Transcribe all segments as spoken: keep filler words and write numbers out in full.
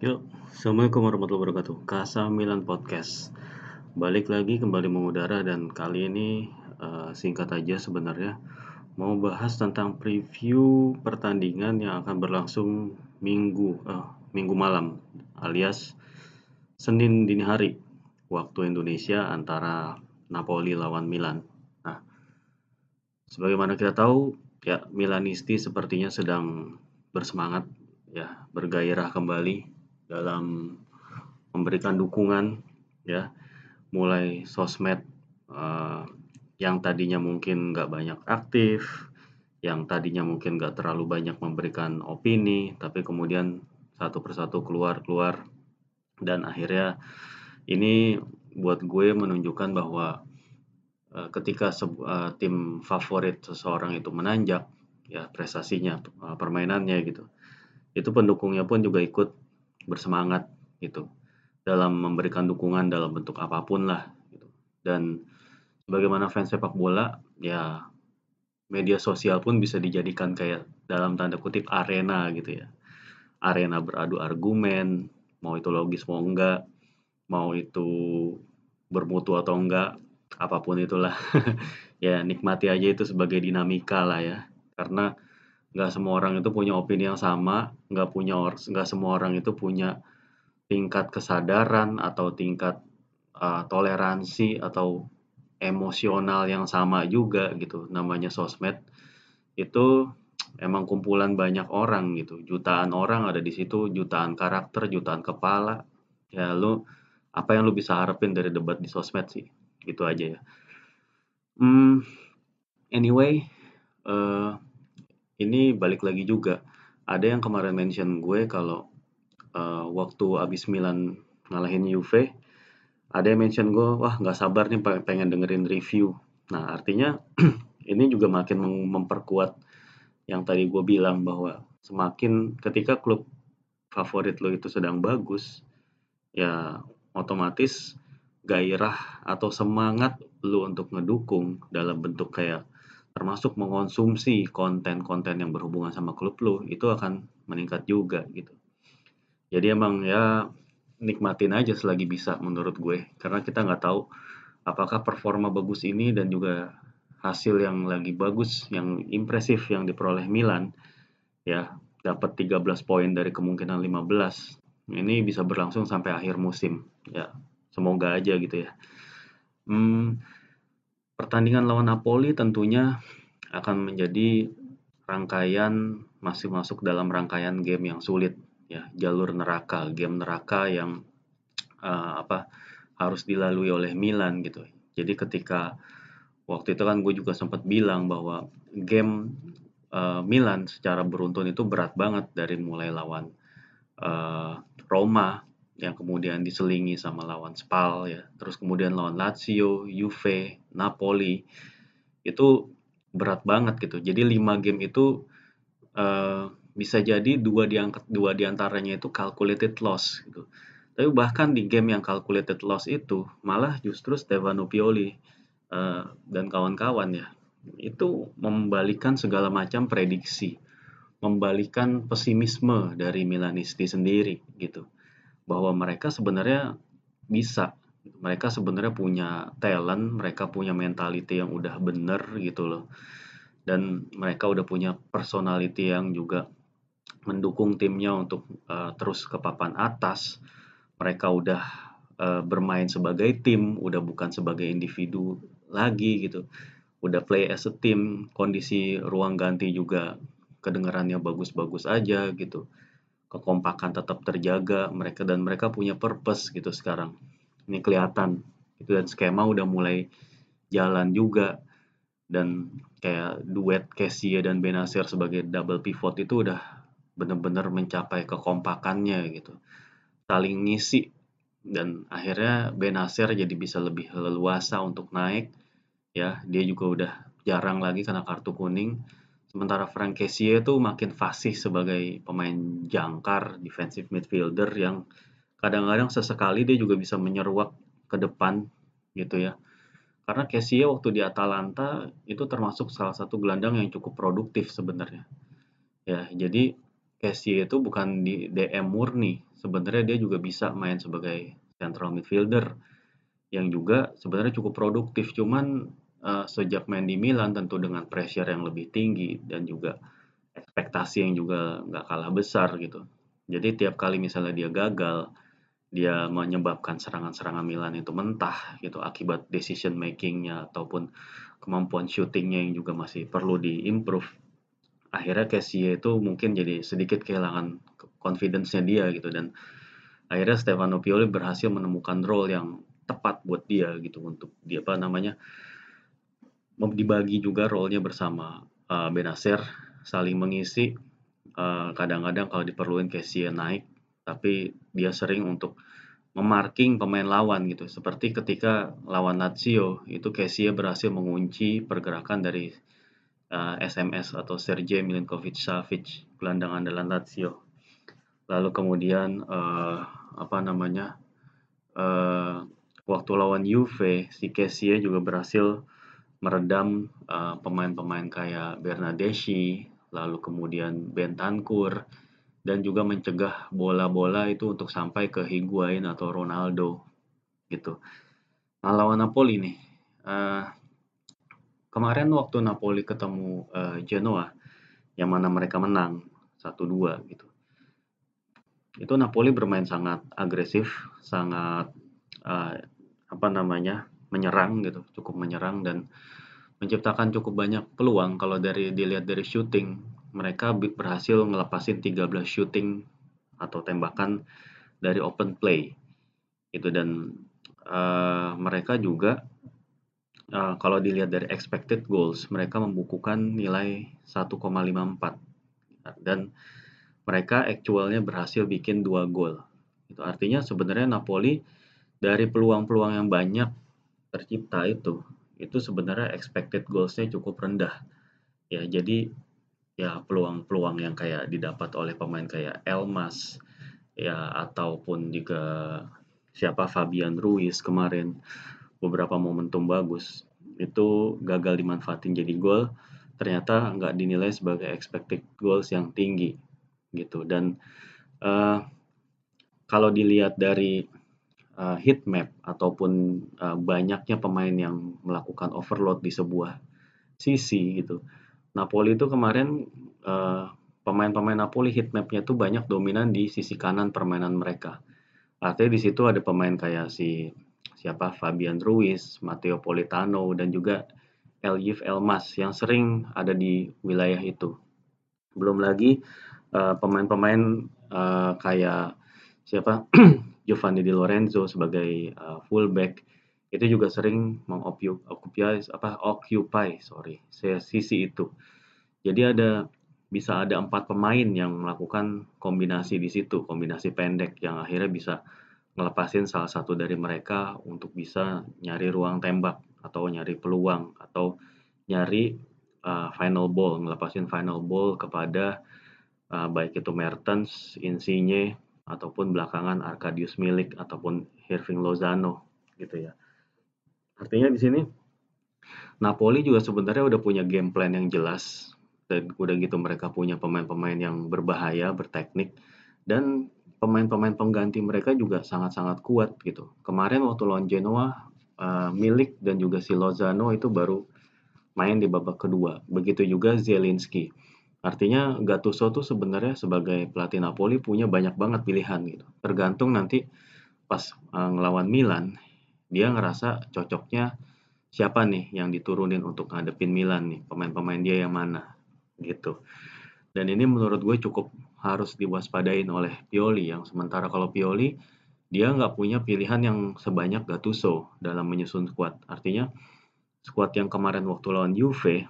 Yuk, Assalamualaikum warahmatullahi wabarakatuh. Casa Milan Podcast. Balik lagi kembali mengudara dan kali ini uh, singkat aja sebenarnya mau bahas tentang preview pertandingan yang akan berlangsung minggu uh, minggu malam alias Senin dini hari waktu Indonesia antara Napoli lawan Milan. Nah, sebagaimana kita tahu ya Milanisti sepertinya sedang bersemangat ya bergairah kembali dalam memberikan dukungan ya, mulai sosmed uh, yang tadinya mungkin nggak banyak aktif, yang tadinya mungkin nggak terlalu banyak memberikan opini, tapi kemudian satu persatu keluar-keluar dan akhirnya ini buat gue menunjukkan bahwa uh, ketika sebu- uh, tim favorit seseorang itu menanjak ya prestasinya, uh, permainannya gitu, itu pendukungnya pun juga ikut bersemangat gitu dalam memberikan dukungan dalam bentuk apapun lah gitu. Dan sebagaimana fans sepak bola, ya media sosial pun bisa dijadikan kayak dalam tanda kutip arena gitu ya. Arena beradu argumen, mau itu logis mau enggak, mau itu bermutu atau enggak, apapun itulah. Ya nikmati aja itu sebagai dinamika lah ya. Karena nggak semua orang itu punya opini yang sama, nggak punya or- nggak semua orang itu punya tingkat kesadaran atau tingkat uh, toleransi atau emosional yang sama juga gitu. Namanya sosmed itu emang kumpulan banyak orang gitu. Jutaan orang ada di situ, jutaan karakter, jutaan kepala. Ya lu apa yang lu bisa harapin dari debat di sosmed sih? Gitu aja ya. Hmm, anyway, eh ini balik lagi juga. Ada yang kemarin mention gue kalau eh, waktu abis Milan ngalahin Juve, ada yang mention gue, wah nggak sabar nih pengen dengerin review. Nah artinya ini juga makin memperkuat yang tadi gue bilang bahwa semakin ketika klub favorit lo itu sedang bagus, ya otomatis gairah atau semangat lo untuk ngedukung dalam bentuk kayak termasuk mengonsumsi konten-konten yang berhubungan sama klub lo itu akan meningkat juga gitu. Jadi emang ya nikmatin aja selagi bisa menurut gue karena kita nggak tahu apakah performa bagus ini dan juga hasil yang lagi bagus, yang impresif yang diperoleh Milan ya dapat tiga belas poin dari kemungkinan lima belas. Ini bisa berlangsung sampai akhir musim. Ya, semoga aja gitu ya. Hmm, pertandingan lawan Napoli tentunya akan menjadi rangkaian masih masuk dalam rangkaian game yang sulit ya, jalur neraka, game neraka yang eh, apa harus dilalui oleh Milan gitu. Jadi ketika waktu itu kan gue juga sempat bilang bahwa game eh, Milan secara beruntun itu berat banget dari mulai lawan eh, Roma yang kemudian diselingi sama lawan Spal ya, terus kemudian lawan Lazio, Juve, Napoli itu berat banget gitu. Jadi lima game itu eh, bisa jadi dua diangkat dua diantaranya itu calculated loss gitu. Tapi bahkan di game yang calculated loss itu malah justru Stefano Pioli eh, dan kawan-kawan ya itu membalikan segala macam prediksi, membalikan pesimisme dari Milanisti sendiri gitu, bahwa mereka sebenarnya bisa, mereka sebenarnya punya talent, mereka punya mentality yang udah bener gitu loh, dan mereka udah punya personality yang juga mendukung timnya untuk uh, terus ke papan atas. Mereka udah uh, bermain sebagai tim, udah bukan sebagai individu lagi gitu. Udah play as a team, kondisi ruang ganti juga kedengarannya bagus-bagus aja gitu. Kekompakan tetap terjaga mereka dan mereka punya purpose gitu sekarang. Ini kelihatan gitu dan skema udah mulai jalan juga dan kayak duet Kessie dan Benasir sebagai double pivot itu udah benar-benar mencapai kekompakannya gitu, saling ngisi dan akhirnya Benasir jadi bisa lebih leluasa untuk naik ya, dia juga udah jarang lagi kena kartu kuning, sementara Frank Kessie itu makin fasih sebagai pemain jangkar defensive midfielder yang kadang-kadang sesekali dia juga bisa menyeruak ke depan gitu ya, karena Kessie waktu di Atalanta itu termasuk salah satu gelandang yang cukup produktif sebenarnya ya. Jadi Kessie itu bukan di D M murni, sebenarnya dia juga bisa main sebagai central midfielder yang juga sebenarnya cukup produktif. Cuman uh, sejak main di Milan tentu dengan pressure yang lebih tinggi dan juga ekspektasi yang juga nggak kalah besar gitu. Jadi tiap kali misalnya dia gagal, dia menyebabkan serangan-serangan Milan itu mentah gitu akibat decision makingnya ataupun kemampuan shootingnya yang juga masih perlu diimprove. Akhirnya Kessie itu mungkin jadi sedikit kehilangan confidence-nya dia gitu, dan akhirnya Stefano Pioli berhasil menemukan role yang tepat buat dia gitu untuk dia apa namanya dibagi juga role-nya bersama uh, Benacer, saling mengisi. Uh, kadang-kadang kalau diperluin Kessie naik, tapi dia sering untuk memarking pemain lawan gitu. Seperti ketika lawan Lazio itu Kessie berhasil mengunci pergerakan dari uh, S M S atau Sergej Milinkovic-Savic, gelandang andalan Lazio. Lalu kemudian uh, apa namanya uh, waktu lawan Juve, si Kessie juga berhasil meredam uh, pemain-pemain kayak Bernardeschi, lalu kemudian Bentancur, dan juga mencegah bola-bola itu untuk sampai ke Higuain atau Ronaldo gitu. Nah, lawan Napoli nih, uh, kemarin waktu Napoli ketemu uh, Genoa, yang mana mereka menang satu dua gitu. Itu Napoli bermain sangat agresif, sangat uh, apa namanya menyerang gitu, cukup menyerang dan menciptakan cukup banyak peluang. Kalau dari dilihat dari shooting, mereka berhasil ngelepasin tiga belas shooting atau tembakan dari open play itu, dan uh, mereka juga uh, kalau dilihat dari expected goals, mereka membukukan nilai satu koma lima empat dan mereka actualnya berhasil bikin dua gol. Itu artinya sebenarnya Napoli dari peluang-peluang yang banyak tercipta itu, itu sebenarnya expected goals-nya cukup rendah. Ya, jadi ya peluang-peluang yang kayak didapat oleh pemain kayak Elmas ya ataupun juga siapa Fabian Ruiz kemarin, beberapa momentum bagus itu gagal dimanfaatin jadi gol, ternyata nggak dinilai sebagai expected goals yang tinggi gitu. Dan uh, kalau dilihat dari uh, heat map ataupun uh, banyaknya pemain yang melakukan overload di sebuah sisi gitu, Napoli itu kemarin uh, pemain-pemain Napoli heat map-nya tuh banyak dominan di sisi kanan permainan mereka. Artinya di situ ada pemain kayak si siapa Fabian Ruiz, Matteo Politano, dan juga Eljif Elmas yang sering ada di wilayah itu. Belum lagi uh, pemain-pemain uh, kayak siapa Giovanni Di Lorenzo sebagai uh, fullback itu juga sering mengoccupy apa occupy sorry sisi itu. Jadi ada bisa ada empat pemain yang melakukan kombinasi di situ, kombinasi pendek yang akhirnya bisa ngelepasin salah satu dari mereka untuk bisa nyari ruang tembak atau nyari peluang atau nyari uh, final ball, ngelepasin final ball kepada uh, baik itu Mertens, Insigne ataupun belakangan Arkadiusz Milik ataupun Hirving Lozano gitu ya. Artinya di sini Napoli juga sebenarnya udah punya game plan yang jelas, dan udah gitu mereka punya pemain-pemain yang berbahaya, berteknik, dan pemain-pemain pengganti mereka juga sangat-sangat kuat gitu. Kemarin waktu lawan Genoa, uh, Milik dan juga si Lozano itu baru main di babak kedua. Begitu juga Zielinski. Artinya Gattuso tuh sebenarnya sebagai pelatih Napoli punya banyak banget pilihan gitu. Tergantung nanti pas uh, ngelawan Milan, dia ngerasa cocoknya siapa nih yang diturunin untuk ngadepin Milan nih, pemain-pemain dia yang mana gitu. Dan ini menurut gue cukup harus diwaspadain oleh Pioli, yang sementara kalau Pioli dia nggak punya pilihan yang sebanyak Gattuso dalam menyusun skuad. Artinya skuad yang kemarin waktu lawan Juve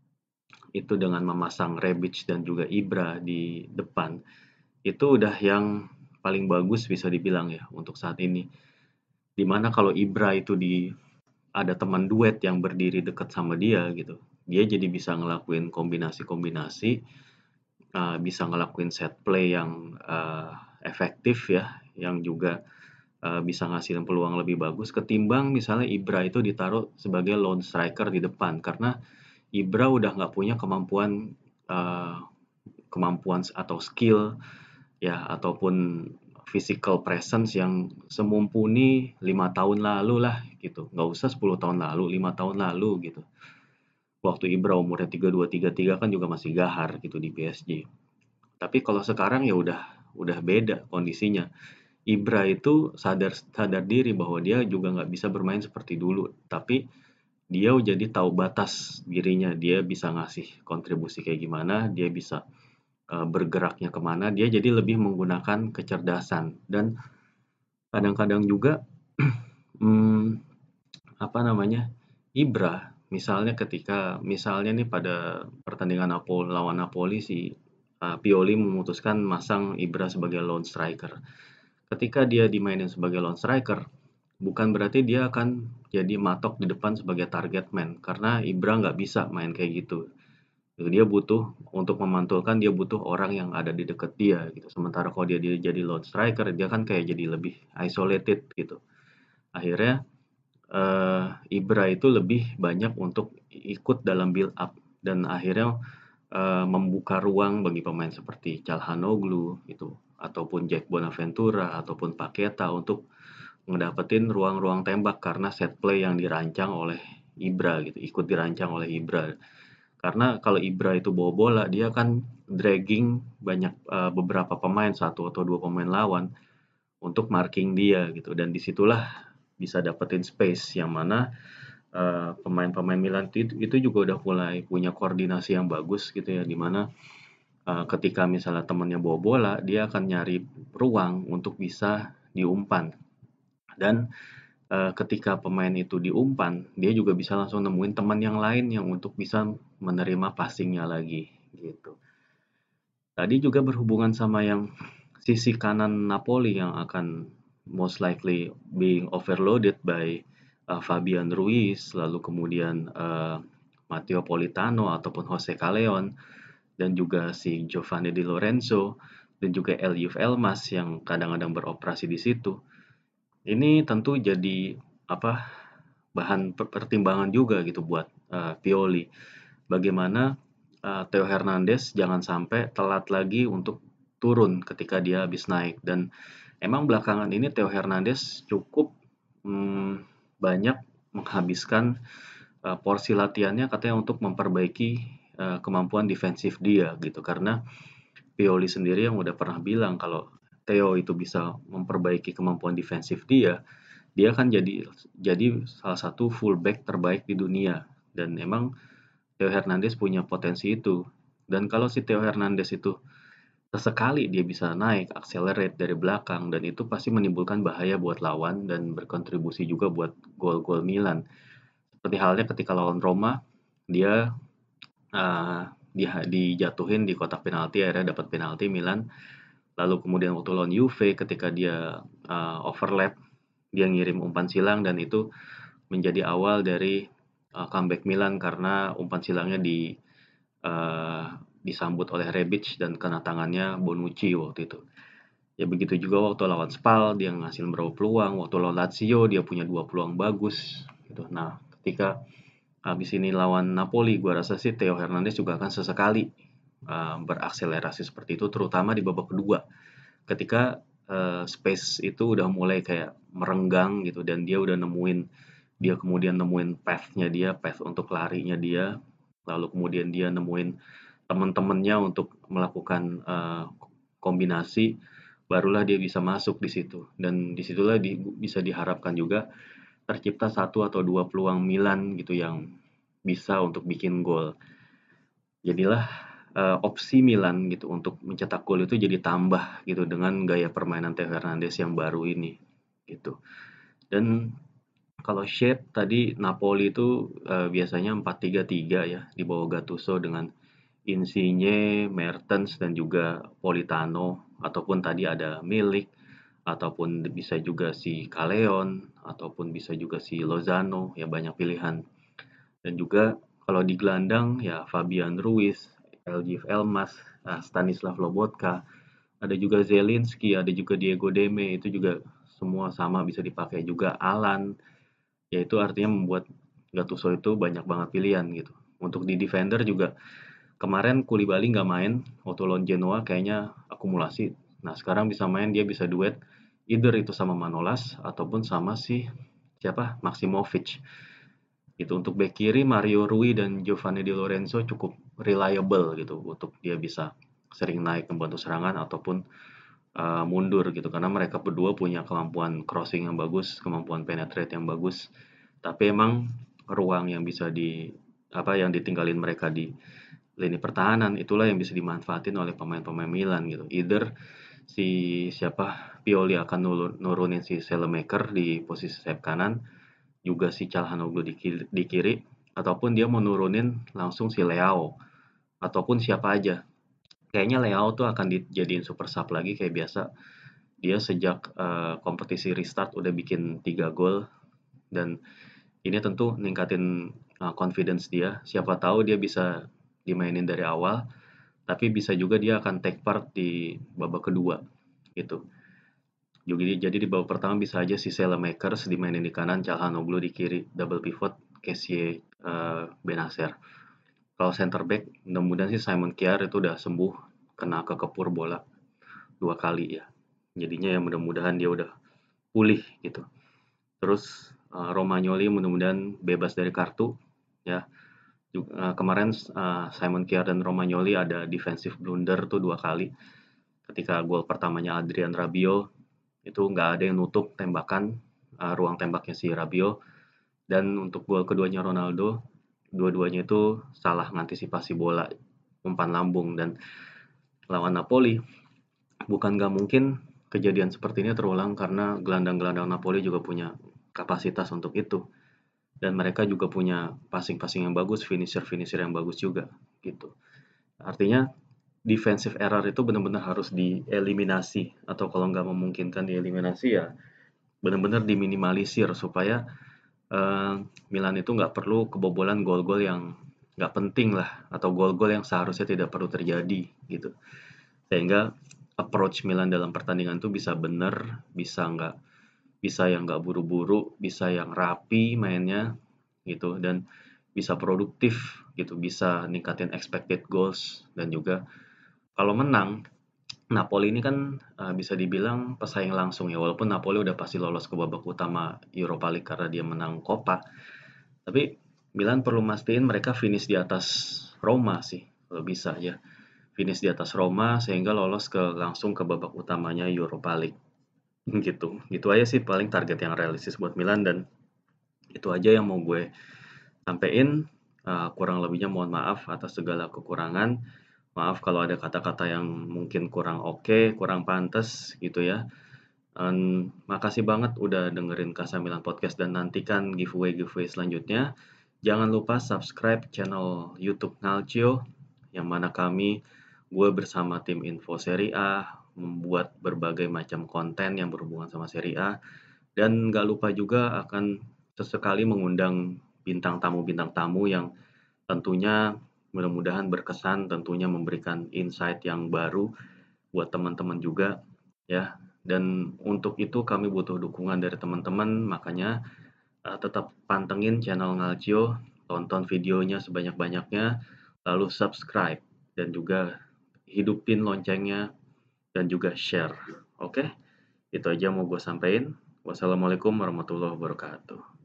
itu dengan memasang Rebic dan juga Ibra di depan, itu udah yang paling bagus bisa dibilang ya untuk saat ini. Dimana kalau Ibra itu di ada teman duet yang berdiri dekat sama dia gitu, dia jadi bisa ngelakuin kombinasi-kombinasi, uh, bisa ngelakuin set play yang uh, efektif ya, yang juga uh, bisa ngasilin peluang lebih bagus ketimbang misalnya Ibra itu ditaruh sebagai lone striker di depan, karena Ibra udah nggak punya kemampuan uh, kemampuan atau skill ya ataupun physical presence yang semumpuni lima tahun lalu lah gitu. Nggak usah sepuluh tahun lalu, lima tahun lalu gitu. Waktu Ibra umurnya tiga puluh dua tiga puluh tiga kan juga masih gahar gitu di P S G. Tapi kalau sekarang ya udah udah beda kondisinya. Ibra itu sadar sadar diri bahwa dia juga nggak bisa bermain seperti dulu, tapi dia jadi tahu batas dirinya, dia bisa ngasih kontribusi kayak gimana, dia bisa uh, bergeraknya kemana, dia jadi lebih menggunakan kecerdasan dan kadang-kadang juga hmm, apa namanya Ibra misalnya ketika misalnya nih pada pertandingan Napoli lawan Napoli si uh, Pioli memutuskan masang Ibra sebagai lone striker. Ketika dia dimainin sebagai lone striker, bukan berarti dia akan jadi matok di depan sebagai target man, karena Ibra nggak bisa main kayak gitu. Dia butuh untuk memantulkan, dia butuh orang yang ada di dekat dia gitu. Sementara kalau dia, dia jadi lone striker, dia kan kayak jadi lebih isolated gitu. Akhirnya eh, Ibra itu lebih banyak untuk ikut dalam build up dan akhirnya eh, membuka ruang bagi pemain seperti Calhanoglu gitu ataupun Jack Bonaventura ataupun Paqueta untuk ngedapetin ruang-ruang tembak karena set play yang dirancang oleh Ibra gitu, ikut dirancang oleh Ibra. Karena kalau Ibra itu bawa bola, dia kan dragging banyak uh, beberapa pemain, satu atau dua pemain lawan untuk marking dia gitu. Dan disitulah bisa dapetin space yang mana uh, pemain-pemain Milan itu, itu juga udah mulai punya koordinasi yang bagus gitu ya, dimana uh, ketika misalnya temennya bawa bola, dia akan nyari ruang untuk bisa diumpan. Dan uh, ketika pemain itu diumpan, dia juga bisa langsung nemuin teman yang lain yang untuk bisa menerima passingnya lagi gitu. Tadi juga berhubungan sama yang sisi kanan Napoli yang akan most likely being overloaded by uh, Fabian Ruiz, lalu kemudian uh, Matteo Politano ataupun Jose Callejon, dan juga si Giovanni Di Lorenzo, dan juga Elif Elmas yang kadang-kadang beroperasi di situ. Ini tentu jadi apa bahan pertimbangan juga gitu buat uh, Pioli. Bagaimana uh, Theo Hernandez jangan sampai telat lagi untuk turun ketika dia habis naik. Dan emang belakangan ini Theo Hernandez cukup hmm, banyak menghabiskan uh, porsi latihannya katanya untuk memperbaiki uh, kemampuan defensif dia gitu. Karena Pioli sendiri yang udah pernah bilang kalau Theo itu bisa memperbaiki kemampuan defensif dia, dia kan jadi jadi salah satu fullback terbaik di dunia dan emang Theo Hernandez punya potensi itu. Dan kalau si Theo Hernandez itu sesekali dia bisa naik, accelerate dari belakang dan itu pasti menimbulkan bahaya buat lawan dan berkontribusi juga buat gol-gol Milan. Seperti halnya ketika lawan Roma, dia uh, di, dijatuhin di kotak penalti akhirnya dapat penalti Milan. Lalu kemudian waktu lawan Juve ketika dia uh, overlap, dia ngirim umpan silang dan itu menjadi awal dari uh, comeback Milan karena umpan silangnya di uh, disambut oleh Rebic dan kena tangannya Bonucci waktu itu. Ya begitu juga waktu lawan Spal dia ngasih beberapa peluang, waktu lawan Lazio dia punya dua peluang bagus gitu. Nah, ketika habis ini lawan Napoli, gua rasa sih Theo Hernandez juga akan sesekali uh, berakselerasi seperti itu terutama di babak kedua. Ketika uh, space itu udah mulai kayak merenggang gitu dan dia udah nemuin dia kemudian nemuin path-nya dia, path untuk larinya dia, lalu kemudian dia nemuin teman-temannya untuk melakukan uh, kombinasi, barulah dia bisa masuk di situ. Dan disitulah di, bisa diharapkan juga tercipta satu atau dua peluang Milan gitu yang bisa untuk bikin gol. Jadilah uh, opsi Milan gitu untuk mencetak gol itu jadi tambah gitu dengan gaya permainan Theo Hernandez yang baru ini gitu. Dan kalau shape tadi Napoli itu uh, biasanya empat tiga tiga ya di bawah Gattuso dengan Insigne, Mertens dan juga Politano ataupun tadi ada Milik ataupun bisa juga si Callejon ataupun bisa juga si Lozano ya banyak pilihan. Dan juga kalau di gelandang ya Fabian Ruiz, Elgif Elmas, uh, Stanislav Lobotka, ada juga Zelinski, ada juga Diego Deme itu juga semua sama bisa dipakai juga Alan. Ya itu artinya membuat Gattuso itu banyak banget pilihan gitu. Untuk di defender juga kemarin Koulibaly nggak main waktu lawan Genoa kayaknya akumulasi. Nah sekarang bisa main, dia bisa duet either itu sama Manolas ataupun sama si siapa Maximovic. Gitu untuk bek kiri Mario Rui dan Giovanni Di Lorenzo cukup reliable gitu untuk dia bisa sering naik membantu serangan ataupun uh, mundur gitu karena mereka berdua punya kemampuan crossing yang bagus, kemampuan penetrate yang bagus. Tapi emang ruang yang bisa di apa yang ditinggalin mereka di lini pertahanan itulah yang bisa dimanfaatin oleh pemain-pemain Milan gitu. Either si siapa Pioli akan nurunin si Selemaker di posisi sayap kanan, juga si Calhanoglu di kiri, di kiri ataupun dia mau nurunin langsung si Leao ataupun siapa aja. Kayaknya Leao tuh akan dijadiin super sub lagi kayak biasa. Dia sejak uh, kompetisi restart udah bikin tiga gol dan ini tentu ningkatin uh, confidence dia. Siapa tahu dia bisa dimainin dari awal, tapi bisa juga dia akan take part di babak kedua gitu. Jadi, jadi di babak pertama bisa aja si Selemakers dimainin di kanan, Calhanoglu di kiri, double pivot, Kessie uh, Benacer. Kalau center back, mudah-mudahan sih Simon Kjaer itu udah sembuh, kena kekepur bola dua kali ya. Jadinya ya mudah-mudahan dia udah pulih gitu. Terus uh, Romagnoli mudah-mudahan bebas dari kartu ya. Juga, uh, kemarin uh, Simon Kjaer dan Romagnoli ada defensive blunder tuh dua kali. Ketika gol pertamanya Adrian Rabiot itu nggak ada yang nutup tembakan uh, ruang tembaknya si Rabiot, dan untuk gol keduanya Ronaldo dua-duanya itu salah ngantisipasi bola umpan lambung. Dan lawan Napoli bukan nggak mungkin kejadian seperti ini terulang karena gelandang-gelandang Napoli juga punya kapasitas untuk itu dan mereka juga punya passing-passing yang bagus, finisher-finisher yang bagus juga gitu. Artinya defensive error itu benar-benar harus dieliminasi, atau kalau nggak memungkinkan dieliminasi ya benar-benar diminimalisir supaya uh, Milan itu nggak perlu kebobolan gol-gol yang nggak penting lah atau gol-gol yang seharusnya tidak perlu terjadi gitu. Sehingga approach Milan dalam pertandingan itu bisa benar, bisa nggak bisa yang nggak buru-buru, bisa yang rapi mainnya gitu dan bisa produktif gitu, bisa ningkatin expected goals. Dan juga kalau menang, Napoli ini kan uh, bisa dibilang pesaing langsung ya, walaupun Napoli udah pasti lolos ke babak utama Europa League karena dia menang Coppa, tapi Milan perlu mastiin mereka finish di atas Roma sih kalau bisa ya, finish di atas Roma sehingga lolos ke langsung ke babak utamanya Europa League gitu. Gitu aja sih paling target yang realistis buat Milan dan itu aja yang mau gue sampein. Uh, kurang lebihnya mohon maaf atas segala kekurangan. Maaf kalau ada kata-kata yang mungkin kurang oke, okay, kurang pantas gitu ya. Um, makasih banget udah dengerin Kasamilan Podcast dan nantikan giveaway-giveaway selanjutnya. Jangan lupa subscribe channel YouTube Nalcio, yang mana kami, gue bersama tim Info Serie A, membuat berbagai macam konten yang berhubungan sama Serie A. Dan gak lupa juga akan sesekali mengundang bintang tamu-bintang tamu yang tentunya mudah-mudahan berkesan, tentunya memberikan insight yang baru buat teman-teman juga ya. Dan untuk itu kami butuh dukungan dari teman-teman, makanya uh, tetap pantengin channel Ngalcio, tonton videonya sebanyak-banyaknya, lalu subscribe dan juga hidupin loncengnya dan juga share. Oke, itu aja mau gue sampaikan. Wassalamualaikum warahmatullahi wabarakatuh.